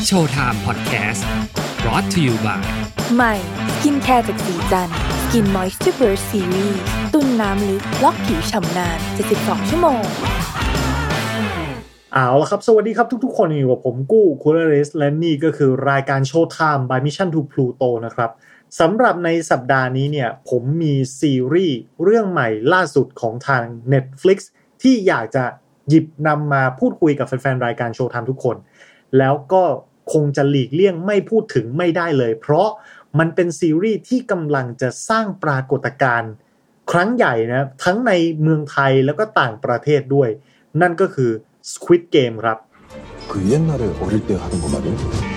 โชว์ไทม์พอดแคสต์ brought to you by ใหม่สกินแคร์จากสีจันทร์ Skin Moisture Burst Series ตุ้นน้ำลึกล็อกผิวฉ่ำนาน72ชั่วโมงเอาละครับสวัสดีครับทุกๆคนอยู่กับผมกู้คูลเลสและนี่ก็คือรายการโชว์ไทม์ by Mission to Pluto นะครับสำหรับในสัปดาห์นี้เนี่ยผมมีซีรีส์เรื่องใหม่ล่าสุดของทาง Netflix ที่อยากจะหยิบนำมาพูดคุยกับแฟนๆรายการโชว์ไทม์ทุกคนแล้วก็คงจะหลีกเลี่ยงไม่พูดถึงไม่ได้เลยเพราะมันเป็นซีรีส์ที่กำลังจะสร้างปรากฏการณ์ครั้งใหญ่นะทั้งในเมืองไทยแล้วก็ต่างประเทศด้วยนั่นก็คือ Squid Game ครับ 그 옛날에 어릴 때 하던 거 말이야?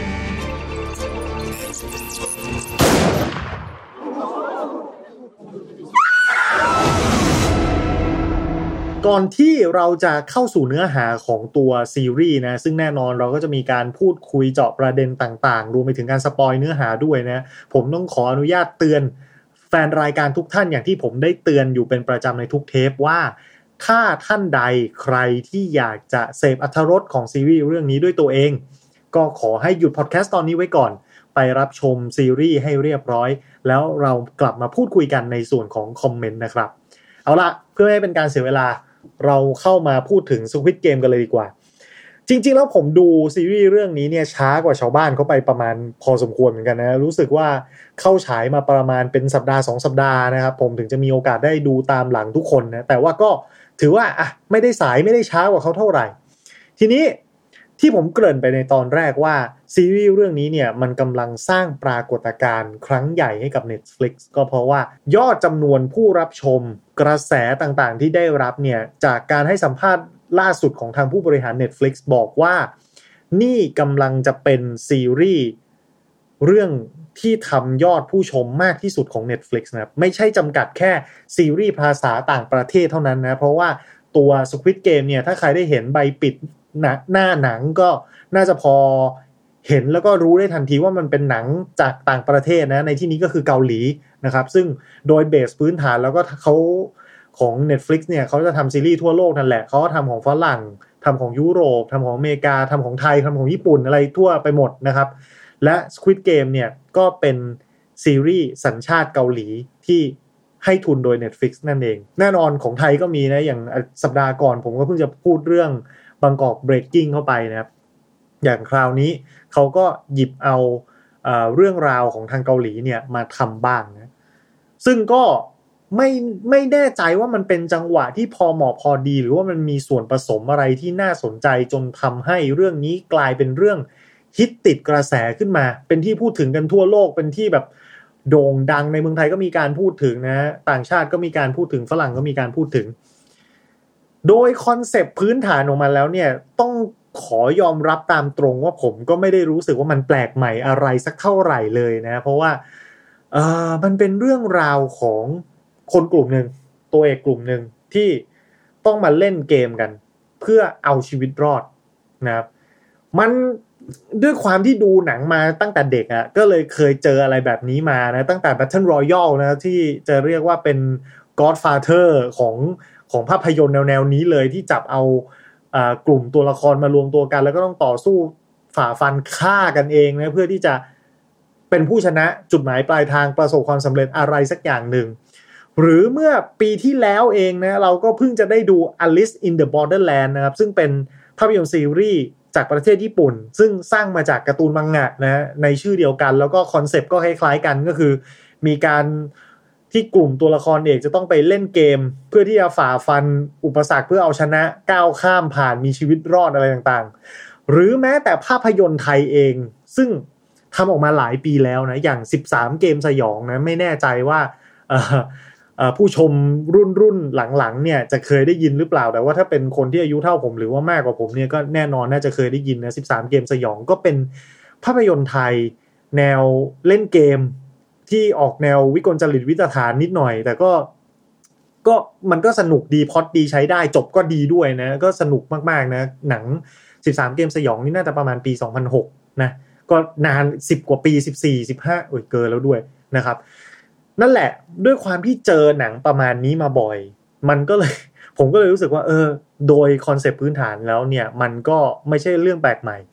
ก่อนที่เราจะเข้าสู่เนื้อหาของตัวซีรีส์นะซึ่งแน่นอนเราก็จะมีการพูดคุยเจาะประเด็นต่างๆรวมไปถึงการสปอยเนื้อหาด้วยนะผมต้องขออนุญาตเตือนแฟนรายการทุกท่านอย่างที่ผมได้เตือนอยู่เป็นประจำในทุกเทปว่าถ้าท่านใดใครที่อยากจะเสพอรรถรสของซีรีส์เรื่องนี้ด้วยตัวเองก็ขอให้หยุดพอดแคสต์ตอนนี้ไว้ก่อนไปรับชมซีรีส์ให้เรียบร้อยแล้วเรากลับมาพูดคุยกันในส่วนของคอมเมนต์นะครับเอาล่ะเพื่อให้เป็นการเสียเวลาเราเข้ามาพูดถึง Squid Game กันเลยดีกว่าจริงๆแล้วผมดูซีรีส์เรื่องนี้เนี่ยช้ากว่าชาวบ้านเขาไปประมาณพอสมควรเหมือนกันนะรู้สึกว่าเข้าฉายมาประมาณเป็นสัปดาห์2สัปดาห์นะครับผมถึงจะมีโอกาสได้ดูตามหลังทุกคนนะแต่ว่าก็ถือว่าไม่ได้สายไม่ได้ช้ากว่าเขาเท่าไหร่ทีนี้ที่ผมเกริ่นไปในตอนแรกว่าซีรีส์เรื่องนี้เนี่ยมันกำลังสร้างปรากฏการณ์ครั้งใหญ่ให้กับ Netflix ก็เพราะว่ายอดจำนวนผู้รับชมกระแสต่างๆที่ได้รับเนี่ยจากการให้สัมภาษณ์ล่าสุดของทางผู้บริหาร Netflix บอกว่านี่กำลังจะเป็นซีรีส์เรื่องที่ทำยอดผู้ชมมากที่สุดของ Netflix นะครับไม่ใช่จำกัดแค่ซีรีส์ภาษาต่างประเทศเท่านั้นนะเพราะว่าตัว Squid Game เนี่ยถ้าใครได้เห็นใบปิดหน้าหนังก็น่าจะพอเห็นแล้วก็รู้ได้ทันทีว่ามันเป็นหนังจากต่างประเทศนะในที่นี้ก็คือเกาหลีนะครับซึ่งโดยเบสพื้นฐานแล้วก็เขาของ Netflix เนี่ยเขาจะทำซีรีส์ทั่วโลกนั่นแหละเขาก็ทำของฝรั่งทำของยุโรปทำของอเมริกาทำของไทยทำของญี่ปุ่นอะไรทั่วไปหมดนะครับและ Squid Game เนี่ยก็เป็นซีรีส์สัญชาติเกาหลีที่ให้ทุนโดย Netflix นั่นเองแน่นอนของไทยก็มีนะอย่างสัปดาห์ก่อนผมก็เพิ่งจะพูดเรื่องบางกอก Breaking เข้าไปนะครับอย่างคราวนี้เขาก็หยิบเอาเรื่องราวของทางเกาหลีเนี่ยมาทำบ้างนะซึ่งก็ไม่แน่ใจว่ามันเป็นจังหวะที่พอเหมาะพอดีหรือว่ามันมีส่วนผสมอะไรที่น่าสนใจจนทำให้เรื่องนี้กลายเป็นเรื่องฮิตติดกระแสขึ้นมาเป็นที่พูดถึงกันทั่วโลกเป็นที่แบบโด่งดังในเมืองไทยก็มีการพูดถึงนะต่างชาติก็มีการพูดถึงฝรั่งก็มีการพูดถึงโดยคอนเซปต์พื้นฐานออกมาแล้วเนี่ยต้องขอยอมรับตามตรงว่าผมก็ไม่ได้รู้สึกว่ามันแปลกใหม่อะไรสักเท่าไหร่เลยนะเพราะว่ามันเป็นเรื่องราวของคนกลุ่มหนึ่งตัวเอกกลุ่มหนึ่งที่ต้องมาเล่นเกมกันเพื่อเอาชีวิตรอดนะครับมันด้วยความที่ดูหนังมาตั้งแต่เด็กอ่ะก็เลยเคยเจออะไรแบบนี้มานะตั้งแต่ Battle Royale นะที่จะเรียกว่าเป็น Godfather ของภาพยนตร์แนวนี้เลยที่จับเอากลุ่มตัวละครมารวมตัวกันแล้วก็ต้องต่อสู้ฝ่าฟันฆ่ากันเองนะเพื่อที่จะเป็นผู้ชนะจุดหมายปลายทางประสบความสำเร็จอะไรสักอย่างหนึ่งหรือเมื่อปีที่แล้วเองนะเราก็เพิ่งจะได้ดู Alice in the Borderland นะครับซึ่งเป็นภาพยนตร์ซีรีส์จากประเทศญี่ปุ่นซึ่งสร้างมาจากการ์ตูนมังงะนะในชื่อเดียวกันแล้วก็คอนเซปต์ก็คล้ายๆกันก็คือมีการที่กลุ่มตัวละครเอกจะต้องไปเล่นเกมเพื่อที่จะฝ่าฟันอุปสรรคเพื่อเอาชนะก้าวข้ามผ่านมีชีวิตรอดอะไรต่างๆหรือแม้แต่ภาพยนตร์ไทยเองซึ่งทำออกมาหลายปีแล้วนะอย่าง13เกมสยองนะไม่แน่ใจว่าผู้ชมรุ่นหลังๆเนี่ยจะเคยได้ยินหรือเปล่าแต่ว่าถ้าเป็นคนที่อายุเท่าผมหรือว่ามากกว่าผมเนี่ยก็แน่นอนน่าจะเคยได้ยินนะ13เกมสยองก็เป็นภาพยนตร์ไทยแนวเล่นเกมที่ออกแนววิกลจริตวิตฐานนิดหน่อยแต่ก็มันก็สนุกดีพล็อตดีใช้ได้จบก็ดีด้วยนะก็สนุกมากๆนะหนัง13เกมสยองนี่น่าจะประมาณปี2006นะก็นาน10กว่าปี14 15เกินแล้วด้วยนะครับนั่นแหละด้วยความที่เจอหนังประมาณนี้มาบ่อยมันก็เลยผมก็เลยรู้สึกว่าโดยคอนเซปต์พื้นฐานแล้วเนี่ยมันก็ไม่ใช่เรื่องแปลกใหม่แ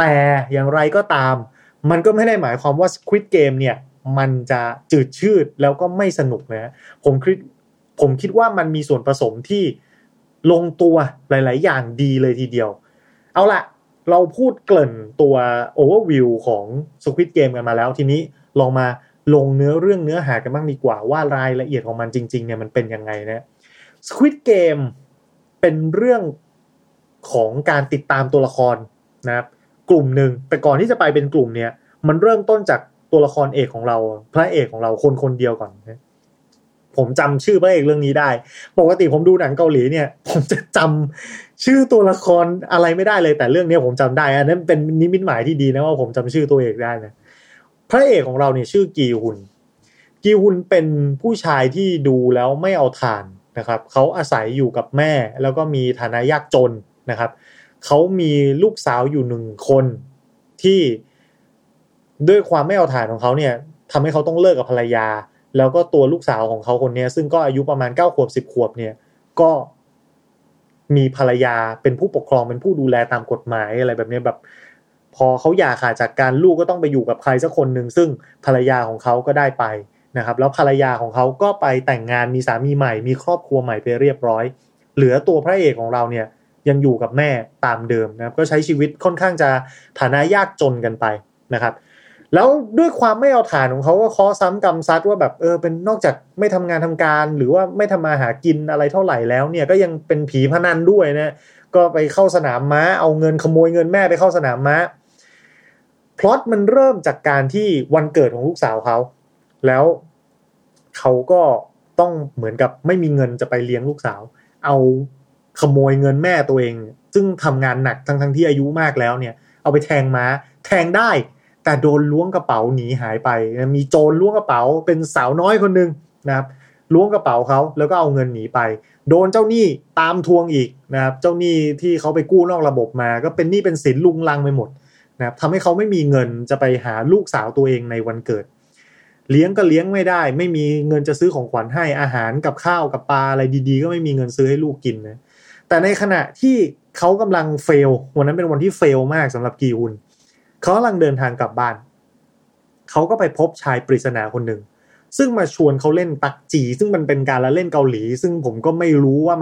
แต่อย่างไรก็ตามมันก็ไม่ได้หมายความว่า Squid Game เนี่ยมันจะจืดชืดแล้วก็ไม่สนุกนะผมคิดว่ามันมีส่วนผสมที่ลงตัวหลายๆอย่างดีเลยทีเดียวเอาล่ะเราพูดเกริ่นตัว overview ของ Squid Game กันมาแล้วทีนี้ลองมาลงเนื้อหากันบ้างดีกว่าว่ารายละเอียดของมันจริงๆเนี่ยมันเป็นยังไงนะ Squid Game เป็นเรื่องของการติดตามตัวละครนะครับกลุ่มหนึ่งแต่ก่อนที่จะไปเป็นกลุ่มเนี่ยมันเริ่มต้นจากตัวละครเอกของเราพระเอกของเราคนเดียวก่อนนะผมจำชื่อพระเอกเรื่องนี้ได้ปกติผมดูหนังเกาหลีเนี่ยผมจะจำชื่อตัวละครอะไรไม่ได้เลยแต่เรื่องนี้ผมจำได้อันนั้นเป็นนิมิตหมายที่ดีนะว่าผมจำชื่อตัวเอกได้นะพระเอกของเราเนี่ยชื่อกีฮุนเป็นผู้ชายที่ดูแล้วไม่เอาทานนะครับเขาอาศัยอยู่กับแม่แล้วก็มีฐานะยากจนนะครับเขามีลูกสาวอยู่1คนที่ด้วยความไม่เอาทานของเขาเนี่ยทำให้เขาต้องเลิกกับภรรยาแล้วก็ตัวลูกสาวของเขาคนนี้ซึ่งก็อายุประมาณ9ขวบ10ขวบเนี่ยก็มีภรรยาเป็นผู้ปกครองเป็นผู้ดูแลตามกฎหมายอะไรแบบนี้แบบพอเขาหย่าขาดจากกันลูกก็ต้องไปอยู่กับใครสักคนนึงซึ่งภรรยาของเขาก็ได้ไปนะครับแล้วภรรยาของเขาก็ไปแต่งงานมีสามีใหม่มีครอบครัวใหม่ไปเรียบร้อยเหลือตัวพระเอกของเราเนี่ยยังอยู่กับแม่ตามเดิมนะครับก็ใช้ชีวิตค่อนข้างจะฐานะยากจนกันไปนะครับแล้วด้วยความไม่เอาฐานของเขาก็ข้อซ้ำกรรมซัดว่าแบบเป็นนอกจากไม่ทำงานทำการหรือว่าไม่ทำมาหากินอะไรเท่าไหร่แล้วเนี่ยก็ยังเป็นผีพนันด้วยนะก็ไปเข้าสนามม้าเอาเงินขโมยเงินแม่ไปเข้าสนามม้าพล็อตมันเริ่มจากการที่วันเกิดของลูกสาวเขาแล้วเขาก็ต้องเหมือนกับไม่มีเงินจะไปเลี้ยงลูกสาวเอาขโมยเงินแม่ตัวเองซึ่งทำงานหนักทั้งที่อายุมากแล้วเนี่ยเอาไปแทงม้าแทงได้แต่โดนล้วงกระเป๋าหนีหายไปมีโจรล้วงกระเป๋าเป็นสาวน้อยคนนึงนะครับล้วงกระเป๋าเขาแล้วก็เอาเงินหนีไปโดนเจ้าหนี้ตามทวงอีกนะครับเจ้าหนี้ที่เขาไปกู้นอกระบบมาก็เป็นหนี้เป็นสินลุงลังไปหมดนะครับทำให้เขาไม่มีเงินจะไปหาลูกสาวตัวเองในวันเกิดเลี้ยงก็เลี้ยงไม่ได้ไม่มีเงินจะซื้อของขวัญให้อาหารกับข้าวกับปลาอะไรดีๆก็ไม่มีเงินซื้อให้ลูกกินนะแต่ในขณะที่เขากำลังเฟลวันนั้นเป็นวันที่เฟลมากสำหรับกีฮุนเขากำลังเดินทางกลับบ้านเขาก็ไปพบชายปริศนาคนหนึ่งซึ่งมาชวนเขาเล่นตักจีซึ่งมันเป็นการละเล่นเกาหลีซึ่งผมก็ไม่รู้ว่า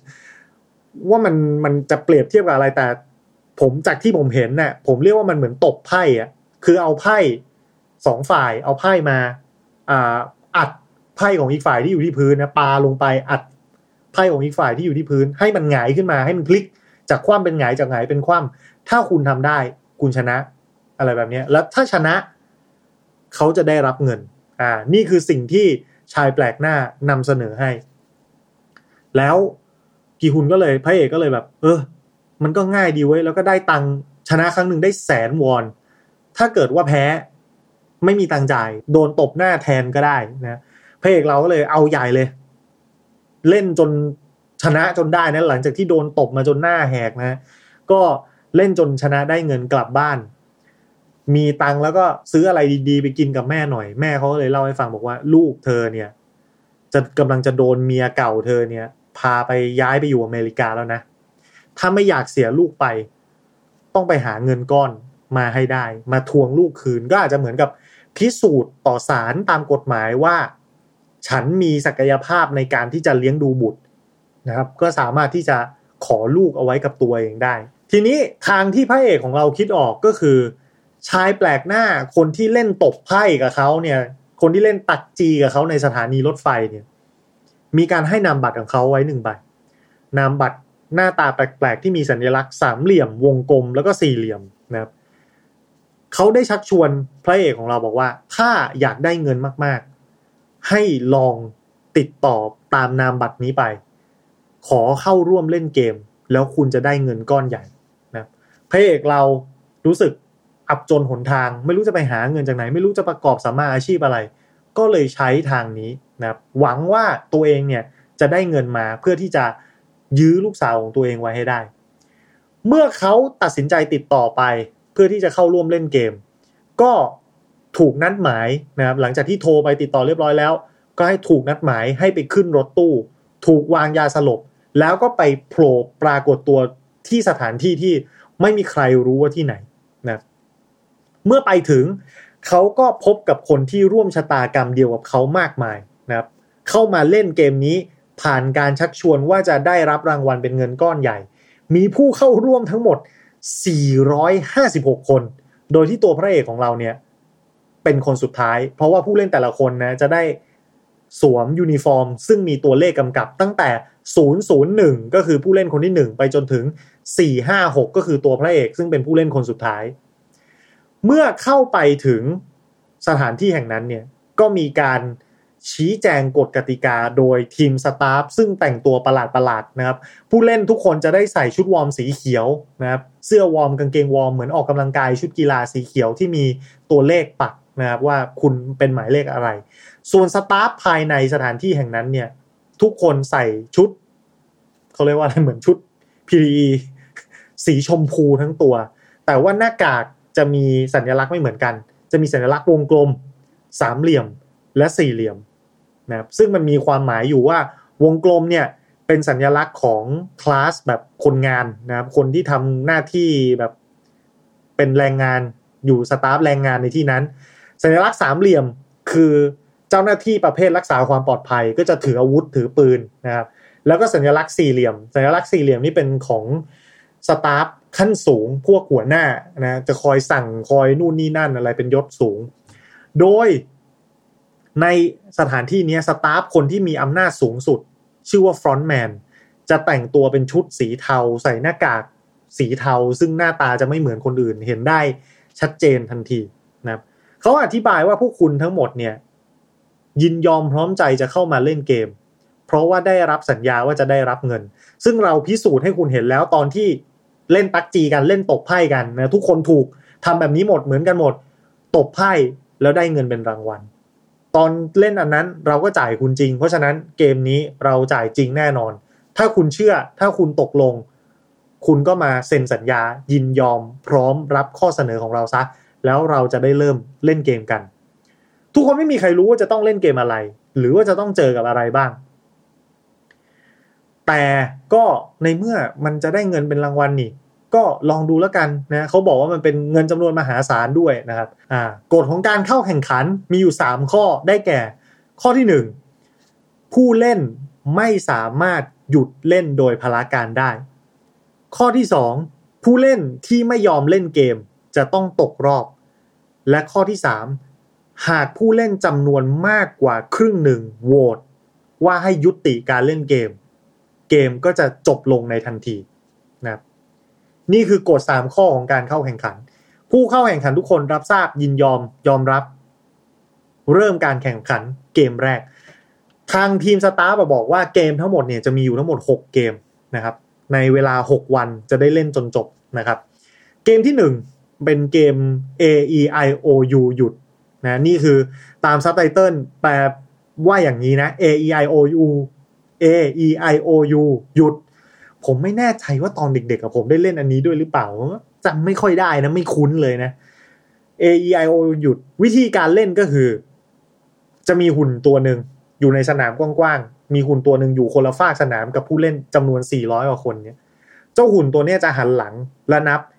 มันจะเปรียบเทียบกับอะไรแต่ผมจากที่ผมเห็นน่ะผมเรียกว่ามันเหมือนตบไพ่อ่ะคือเอาไพ่2ฝ่ายเอาไพ่มาอัดไพ่ของอีกฝ่ายที่อยู่ที่พื้นนะปาลงไปอัดไพ่ของอีกฝ่ายที่อยู่ที่พื้นให้มันหงายขึ้นมาให้มันพลิกจากคว่ำเป็นหงายจากหงายเป็นคว่ำถ้าคุณทำได้คุณชนะอะไรแบบนี้แล้วถ้าชนะเขาจะได้รับเงินนี่คือสิ่งที่ชายแปลกหน้านำเสนอให้แล้วกีฮุนก็เลยพระเอกก็เลยแบบมันก็ง่ายดีเว้ยแล้วก็ได้ตังค์ชนะครั้งหนึ่งได้100,000 วอนถ้าเกิดว่าแพ้ไม่มีตังค์จ่ายโดนตบหน้าแทนก็ได้นะพระเอกเราก็เลยเอาใหญ่เลยเล่นจนชนะจนได้นะหลังจากที่โดนตบมาจนหน้าแหกนะก็เล่นจนชนะได้เงินกลับบ้านมีตังค์แล้วก็ซื้ออะไรดีๆไปกินกับแม่หน่อยแม่เขาก็เลยเล่าให้ฟังบอกว่าลูกเธอเนี่ยกำลังจะโดนเมียเก่าเธอเนี่ยพาไปย้ายไปอยู่อเมริกาแล้วนะถ้าไม่อยากเสียลูกไปต้องไปหาเงินก้อนมาให้ได้มาทวงลูกคืนก็อาจจะเหมือนกับพิสูจน์ต่อศาลตามกฎหมายว่าฉันมีศักยภาพในการที่จะเลี้ยงดูบุตรนะครับก็สามารถที่จะขอลูกเอาไว้กับตัวเองได้ทีนี้ทางที่พระเอกของเราคิดออกก็คือชายแปลกหน้าคนที่เล่นตบไพ่กับเขาเนี่ยคนที่เล่นตักจีกับเขาในสถานีรถไฟเนี่ยมีการให้นามบัตรของเขาไว้1 ใบนามบัตรหน้าตาแปลกๆที่มีสัญลักษณ์3 เหลี่ยมวงกลมแล้วก็4 เหลี่ยมนะครับเขาได้ชักชวนพระเอกของเราบอกว่าถ้าอยากได้เงินมากๆให้ลองติดต่อตามนามบัตรนี้ไปขอเข้าร่วมเล่นเกมแล้วคุณจะได้เงินก้อนใหญ่นะพระเอกเรารู้สึกอับจนหนทางไม่รู้จะไปหาเงินจากไหนไม่รู้จะประกอบสัมมาอาชีพอะไรก็เลยใช้ทางนี้นะครับหวังว่าตัวเองเนี่ยจะได้เงินมาเพื่อที่จะยื้อลูกสาวของตัวเองไว้ให้ได้เมื่อเขาตัดสินใจติดต่อไปเพื่อที่จะเข้าร่วมเล่นเกมก็ถูกนัดหมายนะครับหลังจากที่โทรไปติดต่อเรียบร้อยแล้วก็ให้ถูกนัดหมายให้ไปขึ้นรถตู้ถูกวางยาสลบแล้วก็ไปโผล่ปรากฏตัวที่สถานที่ที่ไม่มีใครรู้ว่าที่ไหนนะเมื่อไปถึงเขาก็พบกับคนที่ร่วมชะตากรรมเดียวกับเขามากมายนะครับเข้ามาเล่นเกมนี้ผ่านการชักชวนว่าจะได้รับรางวัลเป็นเงินก้อนใหญ่มีผู้เข้าร่วมทั้งหมด456คนโดยที่ตัวพระเอกของเราเนี่ยเป็นคนสุดท้ายเพราะว่าผู้เล่นแต่ละคนนะจะได้สวมยูนิฟอร์มซึ่งมีตัวเลขกำกับตั้งแต่001ก็คือผู้เล่นคนที่1ไปจนถึง456ก็คือตัวพระเอกซึ่งเป็นผู้เล่นคนสุดท้ายเมื่อเข้าไปถึงสถานที่แห่งนั้นเนี่ยก็มีการชี้แจงกฎกติกาโดยทีมสตาฟซึ่งแต่งตัวประหลาดๆนะครับผู้เล่นทุกคนจะได้ใส่ชุดวอร์มสีเขียวนะครับเสื้อวอร์มกางเกงวอร์มเหมือนออกกำลังกายชุดกีฬาสีเขียวที่มีตัวเลขปักนะครับว่าคุณเป็นหมายเลขอะไรส่วนสตาฟภายในสถานที่แห่งนั้นเนี่ยทุกคนใส่ชุดเขาเรียกว่าอะไรเหมือนชุด PPE สีชมพูทั้งตัวแต่ว่าหน้ากากจะมีสัญลักษณ์ไม่เหมือนกันจะมีสัญลักษณ์วงกลมสามเหลี่ยมและสี่เหลี่ยมนะครับซึ่งมันมีความหมายอยู่ว่าวงกลมเนี่ยเป็นสัญลักษณ์ของคลาสแบบคนงานนะครับคนที่ทำหน้าที่แบบเป็นแรงงานอยู่สตาฟแรงงานในที่นั้นสัญลักษณ์สามเหลี่ยมคือเจ้าหน้าที่ประเภทรักษาความปลอดภัยก็จะถืออาวุธถือปืนนะครับแล้วก็สัญลักษณ์สี่เหลี่ยมสัญลักษณ์สี่เหลี่ยมนี่เป็นของสตาฟขั้นสูงพวกหัวหน้านะจะคอยสั่งคอยนู่นนี่นั่นอะไรเป็นยศสูงโดยในสถานที่นี้สตาฟคนที่มีอำนาจสูงสุดชื่อว่าฟรอนต์แมนจะแต่งตัวเป็นชุดสีเทาใส่หน้ากากสีเทาซึ่งหน้าตาจะไม่เหมือนคนอื่นเห็นได้ชัดเจนทันทีนะครับเขาอธิบายว่าพวกคุณทั้งหมดเนี่ยยินยอมพร้อมใจจะเข้ามาเล่นเกมเพราะว่าได้รับสัญญาว่าจะได้รับเงินซึ่งเราพิสูจน์ให้คุณเห็นแล้วตอนที่เล่นปักจีกันเล่นตบไพ่กันนะทุกคนถูกทำแบบนี้หมดเหมือนกันหมดตบไพ่แล้วได้เงินเป็นรางวัลตอนเล่นอันนั้นเราก็จ่ายคุณจริงเพราะฉะนั้นเกมนี้เราจ่ายจริงแน่นอนถ้าคุณเชื่อถ้าคุณตกลงคุณก็มาเซ็นสัญญายินยอมพร้อมรับข้อเสนอของเราซะแล้วเราจะได้เริ่มเล่นเกมกันทุกคนไม่มีใครรู้ว่าจะต้องเล่นเกมอะไรหรือว่าจะต้องเจอกับอะไรบ้างแต่ก็ในเมื่อมันจะได้เงินเป็นรางวัลนี่ก็ลองดูแล้วกันนะเขาบอกว่ามันเป็นเงินจำนวนมหาศาลด้วยนะครับกฎของการเข้าแข่งขันมีอยู่3ข้อได้แก่ข้อที่1ผู้เล่นไม่สามารถหยุดเล่นโดยพละการได้ข้อที่2ผู้เล่นที่ไม่ยอมเล่นเกมจะต้องตกรอบและข้อที่3หากผู้เล่นจำนวนมากกว่าครึ่งหนึ่งโหวตว่าให้ยุติการเล่นเกมก็จะจบลงในทันทีนะครับนี่คือกฎ3ข้อของการเข้าแข่งขันผู้เข้าแข่งขันทุกคนรับทราบยินยอมรับเริ่มการแข่งขันเกมแรกทางทีมสตาฟบอกว่าเกมทั้งหมดเนี่ยจะมีอยู่ทั้งหมด6เกมนะครับในเวลา6วันจะได้เล่นจนจบนะครับเกมที่1เป็นเกม AEIOU หยุดนะนี่คือตามซับไตเติลแปลว่าอย่างนี้นะ AEIOU หยุดผมไม่แน่ใจว่าตอนเด็กๆผมได้เล่นอันนี้ด้วยหรือเปล่าจำไม่ค่อยได้นะไม่คุ้นเลยนะ AEIO หยุดวิธีการเล่นก็คือจะมีหุ่นตัวหนึ่งอยู่ในสนามกว้างๆมีหุ่นตัวหนึ่งอยู่คนละฝากสนามกับผู้เล่นจำนวน400กว่าคนเนี่ยเจ้าหุ่นตัวนี้จะหันหลังและนับ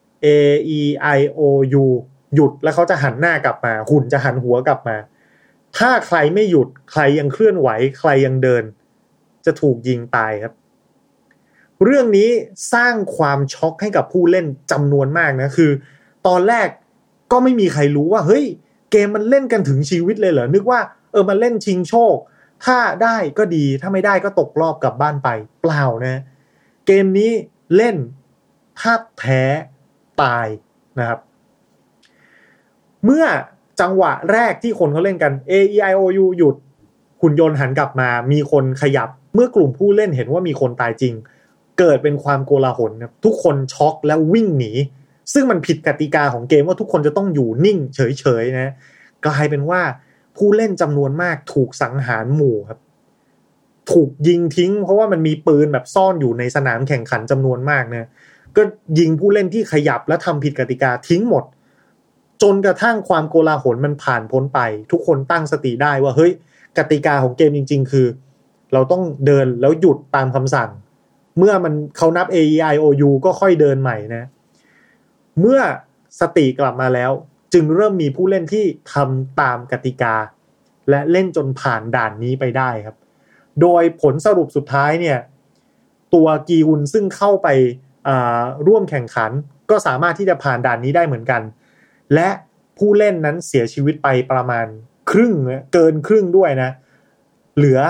AEIOU หยุดแล้วเขาจะหันหน้ากลับมาหุ่นจะหันหัวกลับมาถ้าใครไม่หยุดใครยังเคลื่อนไหวใครยังเดินจะถูกยิงตายครับเรื่องนี้สร้างความช็อกให้กับผู้เล่นจำนวนมากนะคือตอนแรกก็ไม่มีใครรู้ว่าเฮ้ยเกมมันเล่นกันถึงชีวิตเลยเหรอนึกว่ามันเล่นชิงโชคถ้าได้ก็ดีถ้าไม่ได้ก็ตกรอบกลับบ้านไปเปล่านะเกมนี้เล่นถ้าแพ้ตายนะครับเมื่อจังหวะแรกที่คนเขาเล่นกัน AEIOU หยุดหุ่นยนต์หันกลับมามีคนขยับเมื่อกลุ่มผู้เล่นเห็นว่ามีคนตายจริงเกิดเป็นความโกลาหลครับทุกคนช็อกและวิ่งหนีซึ่งมันผิดกติกาของเกมว่าทุกคนจะต้องอยู่นิ่งเฉยๆนะกลายเป็นว่าผู้เล่นจำนวนมากถูกสังหารหมู่ครับถูกยิงทิ้งเพราะว่ามันมีปืนแบบซ่อนอยู่ในสนามแข่งขันจำนวนมากนะก็ยิงผู้เล่นที่ขยับและทำผิดกติกาทิ้งหมดจนกระทั่งความโกลาหลมันผ่านพ้นไปทุกคนตั้งสติได้ว่าเฮ้ยกติกาของเกมจริงๆคือเราต้องเดินแล้วหยุดตามคำสั่งเมื่อมันเขานับ AEIOU ก็ค่อยเดินใหม่นะเมื่อสติกลับมาแล้วจึงเริ่มมีผู้เล่นที่ทำตามกติกาและเล่นจนผ่านด่านนี้ไปได้ครับโดยผลสรุปสุดท้ายเนี่ยตัวกีฮุนซึ่งเข้าไปร่วมแข่งขันก็สามารถที่จะผ่านด่านนี้ได้เหมือนกันและผู้เล่นนั้นเสียชีวิตไปประมาณครึ่งเกินครึ่งด้วยนะเหลือ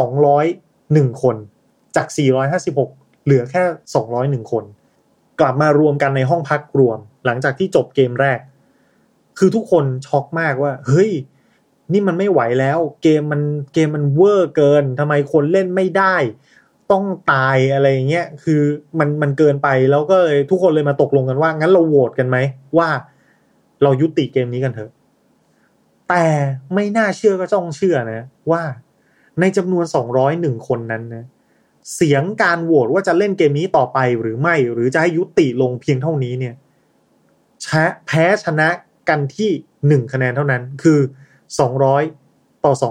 201คนจาก456เหลือแค่201คนกลับมารวมกันในห้องพักรวมหลังจากที่จบเกมแรกคือทุกคนช็อกมากว่าเฮ้ยนี่มันไม่ไหวแล้วเกมมันเวอร์เกินทำไมคนเล่นไม่ได้ต้องตายอะไรอย่างเงี้ยคือมันเกินไปแล้วก็เลยทุกคนเลยมาตกลงกันว่างั้นเราโหวตกันไหมว่าเรายุติเกมนี้กันเถอะแต่ไม่น่าเชื่อก็ต้องเชื่อนะว่าในจำนวน201คนนั้นนะเสียงการโหวตว่าจะเล่นเกมนี้ต่อไปหรือไม่หรือจะให้ยุติลงเพียงเท่านี้เนี่ยแพ้ชนะกันที่1คะแนนเท่านั้นคือ200ต่อ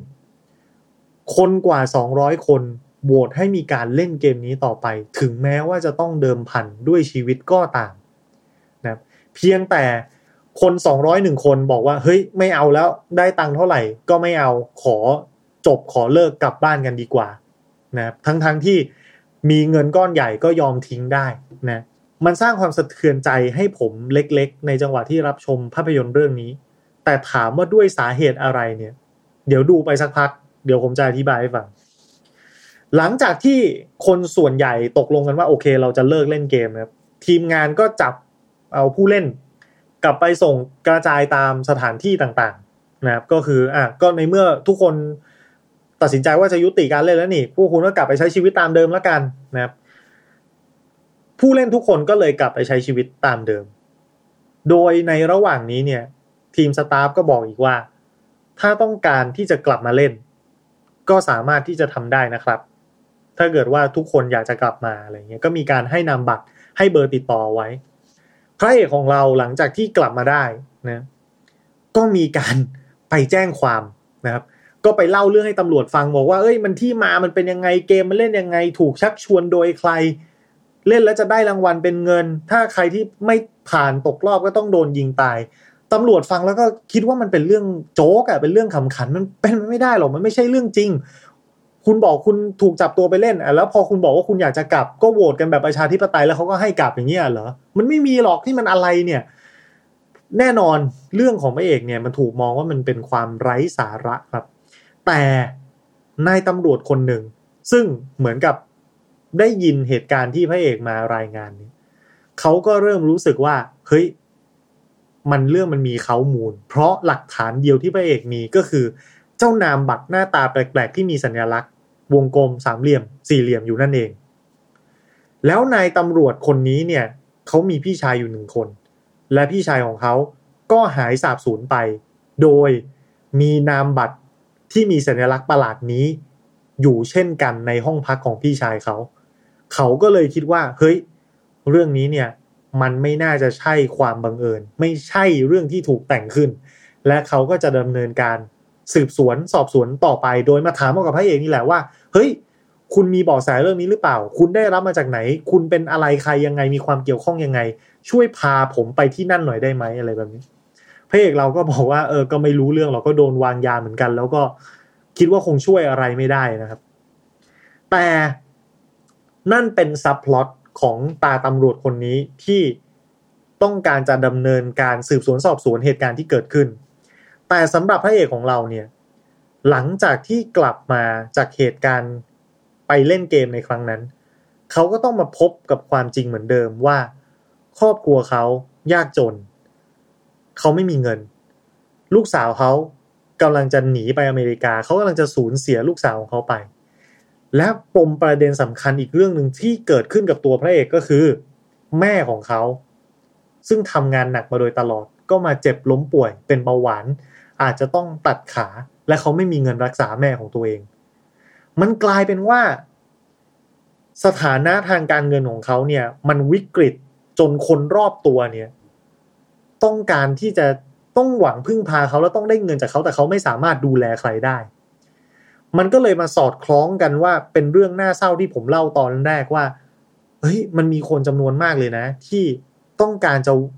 201คนกว่า200คนโหวตให้มีการเล่นเกมนี้ต่อไปถึงแม้ว่าจะต้องเดิมพันด้วยชีวิตก็ตามนะเพียงแต่คน201คนบอกว่าเฮ้ยไม่เอาแล้วได้ตังค์เท่าไหร่ก็ไม่เอาขอเลิกกลับบ้านกันดีกว่านะทั้งที่มีเงินก้อนใหญ่ก็ยอมทิ้งได้นะมันสร้างความสะเทือนใจให้ผมเล็กๆในจังหวะที่รับชมภาพยนตร์เรื่องนี้แต่ถามว่าด้วยสาเหตุอะไรเนี่ยเดี๋ยวดูไปสักพักเดี๋ยวผมจะอธิบายให้ฟังหลังจากที่คนส่วนใหญ่ตกลงกันว่าโอเคเราจะเลิกเล่นเกมนะครับทีมงานก็จับเอาผู้เล่นกลับไปส่งกระจายตามสถานที่ต่างๆนะครับก็คือก็ในเมื่อทุกคนตัดสินใจว่าจะยุติการเล่นแล้วนี่พวกคุณก็กลับไปใช้ชีวิตตามเดิมแล้วกันนะครับผู้เล่นทุกคนก็เลยกลับไปใช้ชีวิตตามเดิมโดยในระหว่างนี้เนี่ยทีมสตาฟก็บอกอีกว่าถ้าต้องการที่จะกลับมาเล่นก็สามารถที่จะทำได้นะครับถ้าเกิดว่าทุกคนอยากจะกลับมาอะไรเงี้ยก็มีการให้นามบัตรให้เบอร์ติดต่อไว้พระเอกของเราหลังจากที่กลับมาได้นะก็มีการไปแจ้งความนะครับก็ไปเล่าเรื่องให้ตำรวจฟังบอกว่าเอ้ยมันที่มามันเป็นยังไงเกมมันเล่นยังไงถูกชักชวนโดยใครเล่นแล้วจะได้รางวัลเป็นเงินถ้าใครที่ไม่ผ่านตกรอบก็ต้องโดนยิงตายตำรวจฟังแล้วก็คิดว่ามันเป็นเรื่องโจ๊กเป็นเรื่องขำขันมันเป็นไม่ได้หรอกมันไม่ใช่เรื่องจริงคุณบอกคุณถูกจับตัวไปเล่นแล้วพอคุณบอกว่าคุณอยากจะกลับก็โหวตกันแบบประชาธิปไตยแล้วเขาก็ให้กลับอย่างนี้เหรอมันไม่มีหรอกที่มันอะไรเนี่ยแน่นอนเรื่องของพระเอกเนี่ยมันถูกมองว่ามันเป็นความไร้สาระครับแต่นายตำรวจคนหนึ่งซึ่งเหมือนกับได้ยินเหตุการณ์ที่พระเอกมารายงานนี้เขาก็เริ่มรู้สึกว่าเฮ้ยเรื่องมันมีเค้ามูลเพราะหลักฐานเดียวที่พระเอกมีก็คือเจ้านามบัตรหน้าตาแปลกๆที่มีสัญลักษณ์วงกลมสามเหลี่ยมสี่เหลี่ยมอยู่นั่นเองแล้วนายตำรวจคนนี้เนี่ยเขามีพี่ชายอยู่1คนและพี่ชายของเขาก็หายสาบสูญไปโดยมีนามบัตรที่มีสัญลักษณ์ประหลาดนี้อยู่เช่นกันในห้องพักของพี่ชายเขาก็เลยคิดว่าเฮ้ยเรื่องนี้เนี่ยมันไม่น่าจะใช่ความบังเอิญไม่ใช่เรื่องที่ถูกแต่งขึ้นและเขาก็จะดำเนินการสืบสวนสอบสวนต่อไปโดยมาถามกับพระเอกนี่แหละว่าเฮ้ยคุณมีเบาะแสเรื่องนี้หรือเปล่าคุณได้รับมาจากไหนคุณเป็นอะไรใครยังไงมีความเกี่ยวข้องยังไงช่วยพาผมไปที่นั่นหน่อยได้ไหมอะไรแบบนี้พระเอกเราก็บอกว่าก็ไม่รู้เรื่องเราก็โดนวางยาเหมือนกันแล้วก็คิดว่าคงช่วยอะไรไม่ได้นะครับแต่นั่นเป็นซับพล็อตของตาตำรวจคนนี้ที่ต้องการจะดำเนินการสืบสวนสอบสวนเหตุการณ์ที่เกิดขึ้นแต่สำหรับพระเอกของเราเนี่ยหลังจากที่กลับมาจากเหตุการณ์ไปเล่นเกมในครั้งนั้นเขาก็ต้องมาพบกับความจริงเหมือนเดิมว่าครอบครัวเขายากจนเขาไม่มีเงินลูกสาวเขากำลังจะหนีไปอเมริกาเขากำลังจะสูญเสียลูกสาวของเขาไปและปมประเด็นสำคัญอีกเรื่องนึงที่เกิดขึ้นกับตัวพระเอกก็คือแม่ของเขาซึ่งทำงานหนักมาโดยตลอดก็มาเจ็บล้มป่วยเป็นเบาหวานอาจจะต้องตัดขาและเขาไม่มีเงินรักษาแม่ของตัวเองมันกลายเป็นว่าสถานะทางการเงินของเขาเนี่ยมันวิกฤตจนคนรอบตัวเนี่ยต้องการที่จะต้องหวังพึ่งพาเขาแล้วต้องได้เงินจากเขาแต่เขาไม่สามารถดูแลใครได้มันก็เลยมาสอดคล้องกันว่าเป็นเรื่องน่าเศร้าที่ผมเล่าตอนแรกว่าเฮ้ยมันมีคนจำนวนมากเลยนะที่ต้องการจะ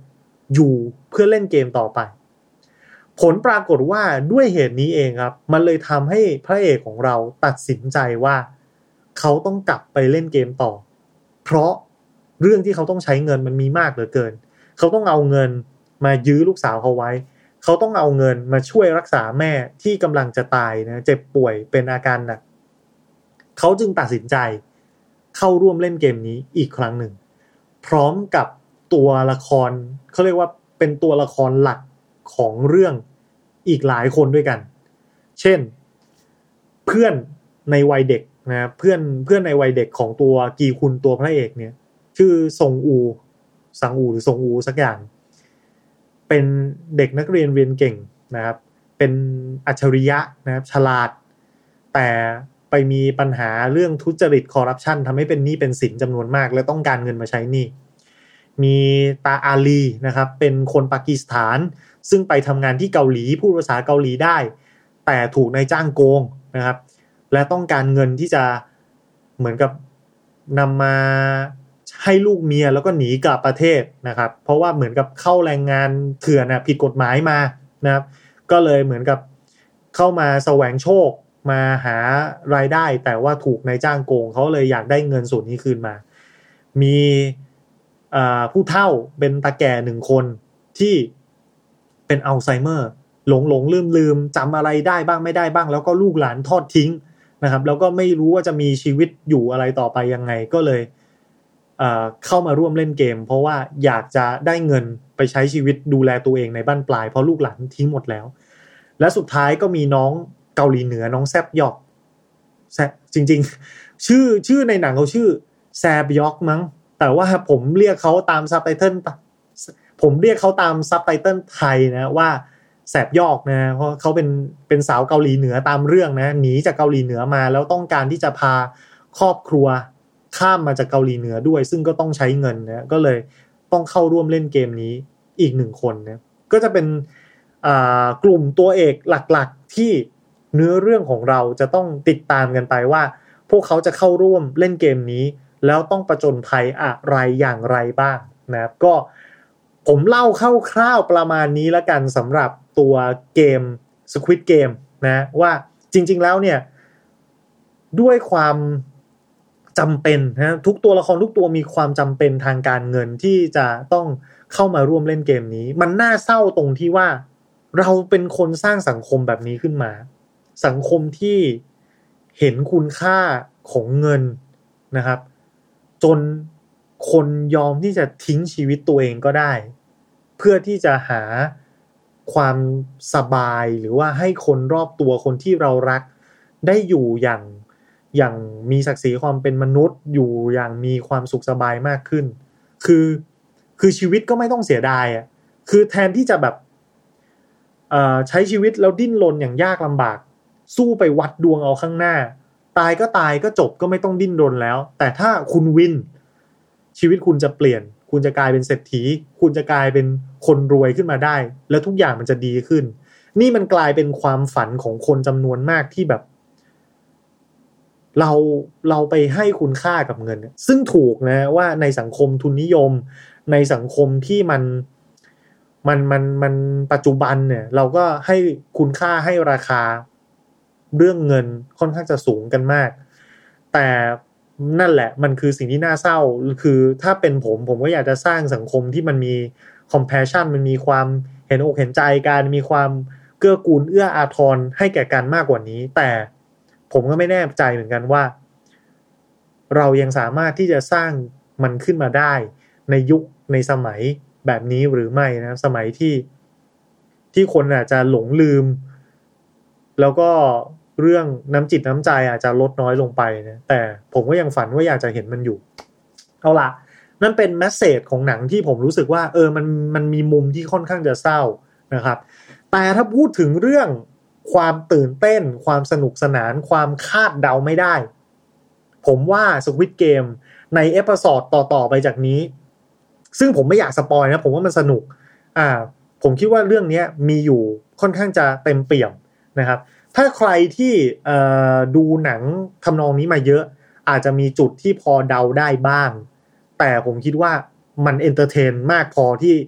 อยู่เพื่อเล่นเกมต่อไปผลปรากฏว่าด้วยเหตุนี้เองครับมันเลยทำให้พระเอกของเราตัดสินใจว่าเขาต้องกลับไปเล่นเกมต่อเพราะเรื่องที่เขาต้องใช้เงินมันมีมากเหลือเกินเขาต้องเอาเงินมายื้อลูกสาวเขาไว้เขาต้องเอาเงินมาช่วยรักษาแม่ที่กำลังจะตายนะเจ็บป่วยเป็นอาการหนักเขาจึงตัดสินใจเข้าร่วมเล่นเกมนี้อีกครั้งหนึ่งพร้อมกับตัวละครเขาเรียกว่าเป็นตัวละครหลักของเรื่องอีกหลายคนด้วยกันเช่นเพื่อนในวัยเด็กนะเพื่อนในวัยเด็กของตัวกีคุนตัวพระเอกเนี่ยชื่อซังอูหรือซงอูสักอย่างเป็นเด็กนักเรียนเรียนเก่งนะครับเป็นอัจฉริยะนะครับฉลาดแต่ไปมีปัญหาเรื่องทุจริตคอร์รัปชันทำให้เป็นหนี้เป็นสินจำนวนมากและต้องการเงินมาใช้หนี้มีตาอาลีนะครับเป็นคนปากีสถานซึ่งไปทำงานที่เกาหลีพูดภาษาเกาหลีได้แต่ถูกนายจ้างโกงนะครับและต้องการเงินที่จะเหมือนกับนำมาให้ลูกเมียแล้วก็หนีกลับประเทศนะครับเพราะว่าเหมือนกับเข้าแรงงานเถื่อนผิดกฎหมายมานะครับก็เลยเหมือนกับเข้ามาแสวงโชคมาหารายได้แต่ว่าถูกนายจ้างโกงเขาเลยอยากได้เงินส่วนนี้คืนมามีผู้เฒ่าเป็นตาแก่1คนที่เป็นอัลไซเมอร์หลงลืมจำอะไรได้บ้างไม่ได้บ้างแล้วก็ลูกหลานทอดทิ้งนะครับแล้วก็ไม่รู้ว่าจะมีชีวิตอยู่อะไรต่อไปยังไงก็เลยเข้ามาร่วมเล่นเกมเพราะว่าอยากจะได้เงินไปใช้ชีวิตดูแลตัวเองในบ้านปลายเพราะลูกหลานทิ้งหมดแล้วและสุดท้ายก็มีน้องเกาหลีเหนือน้องแซบยอกจริงๆชื่อในหนังเขาชื่อแซบยอกมั้งแต่ว่าผมเรียกเขาตามซับไตเติลไทยนะว่าแสบยอกนะเพราะเขาเป็นสาวเกาหลีเหนือตามเรื่องนะหนีจากเกาหลีเหนือมาแล้วต้องการที่จะพาครอบครัวข้ามมาจากเกาหลีเหนือด้วยซึ่งก็ต้องใช้เงินนะก็เลยต้องเข้าร่วมเล่นเกมนี้อีก1คนนะก็จะเป็นกลุ่มตัวเอกหลักๆที่เนื้อเรื่องของเราจะต้องติดตามกันไปว่าพวกเขาจะเข้าร่วมเล่นเกมนี้แล้วต้องประจนภัยอะไรอย่างไรบ้างนะครับก็ผมเล่าคร่าวๆประมาณนี้แล้วกันสำหรับตัวเกม Squid Game นะว่าจริงๆแล้วเนี่ยด้วยความจำเป็นนะทุกตัวละครทุกตัวมีความจำเป็นทางการเงินที่จะต้องเข้ามาร่วมเล่นเกมนี้มันน่าเศร้าตรงที่ว่าเราเป็นคนสร้างสังคมแบบนี้ขึ้นมาสังคมที่เห็นคุณค่าของเงินนะครับจนคนยอมที่จะทิ้งชีวิตตัวเองก็ได้เพื่อที่จะหาความสบายหรือว่าให้คนรอบตัวคนที่เรารักได้อยู่อย่างมีศักดิ์ศรีความเป็นมนุษย์อยู่อย่างมีความสุขสบายมากขึ้นคือชีวิตก็ไม่ต้องเสียดายอ่ะคือแทนที่จะแบบใช้ชีวิตแล้วดิ้นรนอย่างยากลำบากสู้ไปวัดดวงเอาข้างหน้าตายก็จบก็ไม่ต้องดิ้นรนแล้วแต่ถ้าคุณวินชีวิตคุณจะเปลี่ยนคุณจะกลายเป็นเศรษฐีคุณจะกลายเป็นคนรวยขึ้นมาได้แล้วทุกอย่างมันจะดีขึ้นนี่มันกลายเป็นความฝันของคนจำนวนมากที่แบบเราไปให้คุณค่ากับเงินซึ่งถูกนะว่าในสังคมทุนนิยมในสังคมที่มันปัจจุบันเนี่ยเราก็ให้คุณค่าให้ราคาเรื่องเงินค่อนข้างจะสูงกันมากแต่นั่นแหละมันคือสิ่งที่น่าเศร้าคือถ้าเป็นผมก็อยากจะสร้างสังคมที่มันมี compassion มันมีความเห็นอกเห็นใจกันมีความเกื้อกูลเอื้ออาทรให้แก่กันมากกว่านี้แต่ผมก็ไม่แน่ใจเหมือนกันว่าเรายังสามารถที่จะสร้างมันขึ้นมาได้ในยุคในสมัยแบบนี้หรือไม่นะสมัยที่คนอาจจะหลงลืมแล้วก็เรื่องน้ำจิตน้ำใจอาจจะลดน้อยลงไปนะแต่ผมก็ยังฝันว่าอยากจะเห็นมันอยู่เอาล่ะนั่นเป็นเมสเสจของหนังที่ผมรู้สึกว่ามันมีมุมที่ค่อนข้างจะเศร้านะครับแต่ถ้าพูดถึงเรื่องความตื่นเต้นความสนุกสนานความคาดเดาไม่ได้ผมว่า Squid Game ในเอพิโซดต่อๆไปจากนี้ซึ่งผมไม่อยากสปอยนะผมว่ามันสนุกผมคิดว่าเรื่องนี้มีอยู่ค่อนข้างจะเต็มเปี่ยมนะครับถ้าใครที่ดูหนังทำนองนี้มาเยอะอาจจะมีจุดที่พอเดาได้บ้างแต่ผมคิดว่ามันเอนเตอร์เทนมากพอที่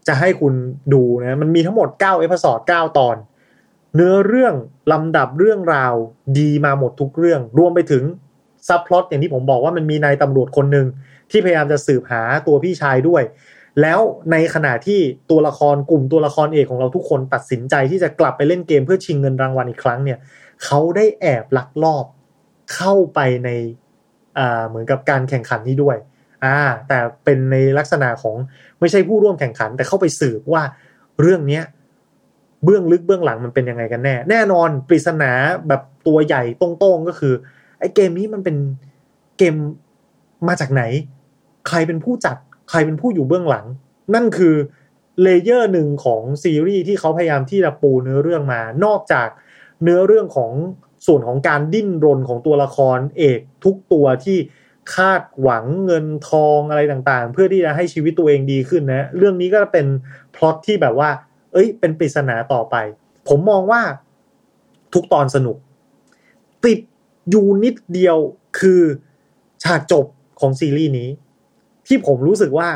จะให้คุณดูนะมันมีทั้งหมด9เอพิโซด9ตอนเนื้อเรื่องลำดับเรื่องราวดีมาหมดทุกเรื่องรวมไปถึงซับพล็อตอย่างที่ผมบอกว่ามันมีนายตำรวจคนหนึ่งที่พยายามจะสืบหาตัวพี่ชายด้วยแล้วในขณะที่ตัวละครกลุ่มตัวละครเอกของเราทุกคนตัดสินใจที่จะกลับไปเล่นเกมเพื่อชิงเงินรางวัลอีกครั้งเนี่ยเขาได้แอบลักลอบเข้าไปในเหมือนกับการแข่งขันนี้ด้วยแต่เป็นในลักษณะของไม่ใช่ผู้ร่วมแข่งขันแต่เข้าไปสืบว่าเรื่องนี้เบื้องลึกเบื้องหลังมันเป็นยังไงกันแน่นอนปริศนาแบบตัวใหญ่โต้งๆก็คือไอ้เกมนี้มันเป็นเกมมาจากไหนใครเป็นผู้จัดใครเป็นผู้อยู่เบื้องหลังนั่นคือเลเยอร์หนึ่งของซีรีส์ที่เขาพยายามที่จะปูเนื้อเรื่องมานอกจากเนื้อเรื่องของส่วนของการดิ้นรนของตัวละครเอกทุกตัวที่คาดหวังเงินทองอะไรต่างๆเพื่อที่จะให้ชีวิตตัวเองดีขึ้นนะเรื่องนี้ก็เป็นพล็อตที่แบบว่าเป็นปริศนาต่อไปผมมองว่าทุกตอนสนุกติดอยู่นิดเดียวคือฉากจบของซีรีส์นี้ที่ผมรู้สึกว่า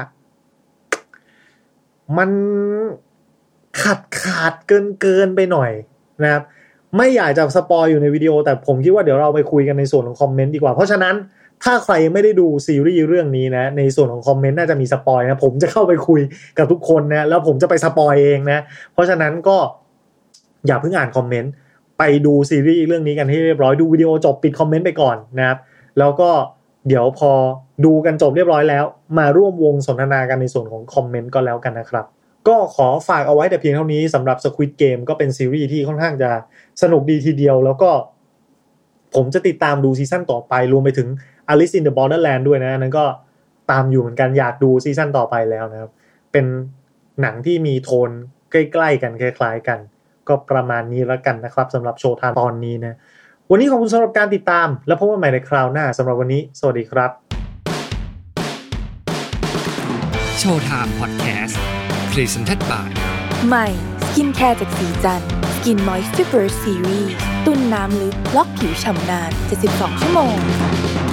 มันขาดเกินไปหน่อยนะครับไม่อยากจะสปอยอยู่ในวิดีโอแต่ผมคิดว่าเดี๋ยวเราไปคุยกันในส่วนของคอมเมนต์ดีกว่าเพราะฉะนั้นถ้าใครไม่ได้ดูซีรีส์เรื่องนี้นะในส่วนของคอมเมนต์น่าจะมีสปอยนะผมจะเข้าไปคุยกับทุกคนนะแล้วผมจะไปสปอยเองนะเพราะฉะนั้นก็อย่าเพิ่งอ่านคอมเมนต์ไปดูซีรีส์เรื่องนี้กันให้เรียบร้อยดูวิดีโอจบปิดคอมเมนต์ไปก่อนนะครับแล้วก็เดี๋ยวพอดูกันจบเรียบร้อยแล้วมาร่วมวงสนทนากันในส่วนของคอมเมนต์ก็แล้วกันนะครับก็ขอฝากเอาไว้แต่เพียงเท่านี้สำหรับ Squid Game ก็เป็นซีรีส์ที่ค่อนข้างจะสนุกดีทีเดียวแล้วก็ผมจะติดตามดูซีซั่นต่อไปรวมไปถึง Alice in the Borderland ด้วยนะนั้นก็ตามอยู่เหมือนกันอยากดูซีซั่นต่อไปแล้วนะครับเป็นหนังที่มีโทนใกล้ๆกันคล้ายๆกันก็ประมาณนี้แล้วกันนะครับสำหรับโชว์ไทม์ตอนนี้นะวันนี้ขอบคุณสำหรับการติดตามแล้วพบกันใหม่ในคราวหน้าสำหรับวันนี้สวัสดีครับโชว์ไทม์พอดแคสต์ Presented by ใหม่สกินแคร์จากสีจันทร์ Skin Moisture Burst Series ตุ้นน้ำลึกล็อกผิวฉ่ำนาน72 ชั่วโมง